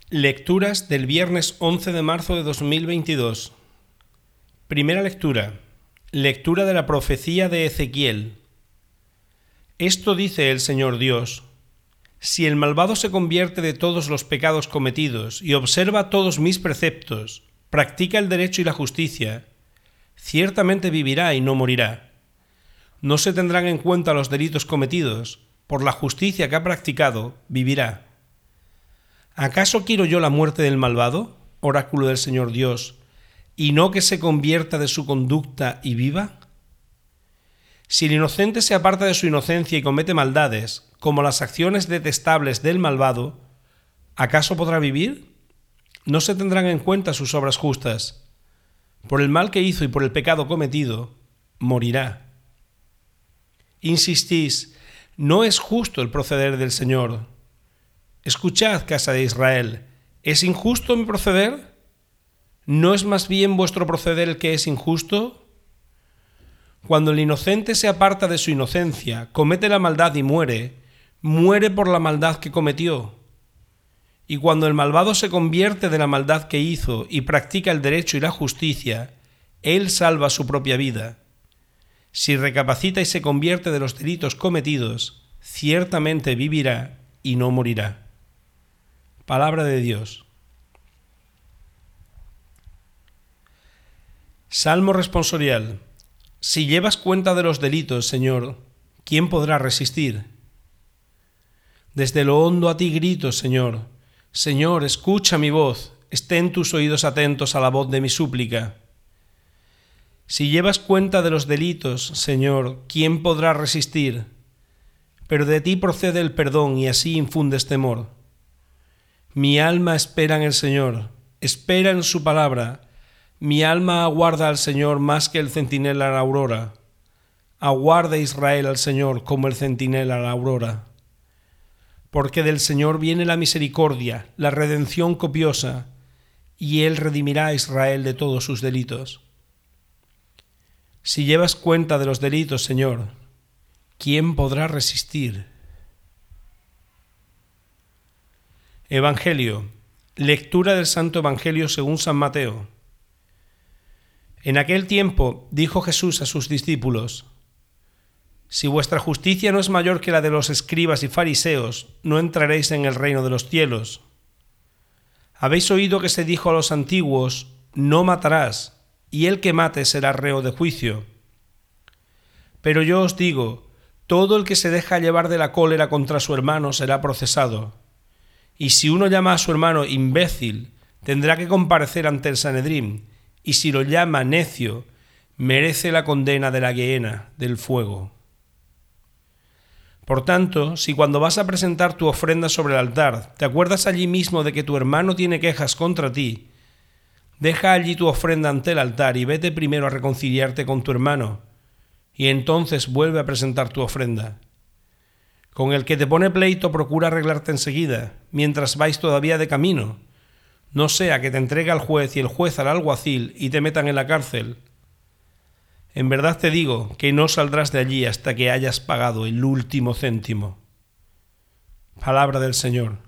Lecturas del viernes 11 de marzo de 2022. Primera lectura. Lectura de la profecía de Ezequiel. Esto dice el Señor Dios: si el malvado se convierte de todos los pecados cometidos y observa todos mis preceptos, practica el derecho y la justicia, ciertamente vivirá y no morirá. No se tendrán en cuenta los delitos cometidos, por la justicia que ha practicado, vivirá. ¿Acaso quiero yo la muerte del malvado, oráculo del Señor Dios, y no que se convierta de su conducta y viva? Si el inocente se aparta de su inocencia y comete maldades, como las acciones detestables del malvado, ¿acaso podrá vivir? No se tendrán en cuenta sus obras justas. Por el mal que hizo y por el pecado cometido, morirá. Insistís, no es justo el proceder del Señor. Escuchad, casa de Israel, ¿es injusto mi proceder? ¿No es más bien vuestro proceder el que es injusto? Cuando el inocente se aparta de su inocencia, comete la maldad y muere, muere por la maldad que cometió. Y cuando el malvado se convierte de la maldad que hizo y practica el derecho y la justicia, él salva su propia vida. Si recapacita y se convierte de los delitos cometidos, ciertamente vivirá y no morirá. Palabra de Dios. Salmo responsorial. Si llevas cuenta de los delitos, Señor, ¿quién podrá resistir? Desde lo hondo a ti grito, Señor. Señor, escucha mi voz, estén tus oídos atentos a la voz de mi súplica. Si llevas cuenta de los delitos, Señor, ¿quién podrá resistir? Pero de ti procede el perdón y así infundes temor. Mi alma espera en el Señor, espera en su palabra. Mi alma aguarda al Señor más que el centinela a la aurora. Aguarda Israel al Señor como el centinela a la aurora. Porque del Señor viene la misericordia, la redención copiosa, y Él redimirá a Israel de todos sus delitos. Si llevas cuenta de los delitos, Señor, ¿quién podrá resistir? Evangelio. Lectura del Santo Evangelio según San Mateo. En aquel tiempo dijo Jesús a sus discípulos: si vuestra justicia no es mayor que la de los escribas y fariseos, no entraréis en el reino de los cielos. Habéis oído que se dijo a los antiguos: no matarás, y el que mate será reo de juicio. Pero yo os digo, todo el que se deja llevar de la cólera contra su hermano será procesado. Y si uno llama a su hermano imbécil, tendrá que comparecer ante el Sanedrín, y si lo llama necio, merece la condena de la gehenna, del fuego. Por tanto, si cuando vas a presentar tu ofrenda sobre el altar, te acuerdas allí mismo de que tu hermano tiene quejas contra ti, deja allí tu ofrenda ante el altar y vete primero a reconciliarte con tu hermano, y entonces vuelve a presentar tu ofrenda. Con el que te pone pleito procura arreglarte enseguida, mientras vais todavía de camino, no sea que te entregue al juez y el juez al alguacil y te metan en la cárcel. En verdad te digo que no saldrás de allí hasta que hayas pagado el último céntimo. Palabra del Señor.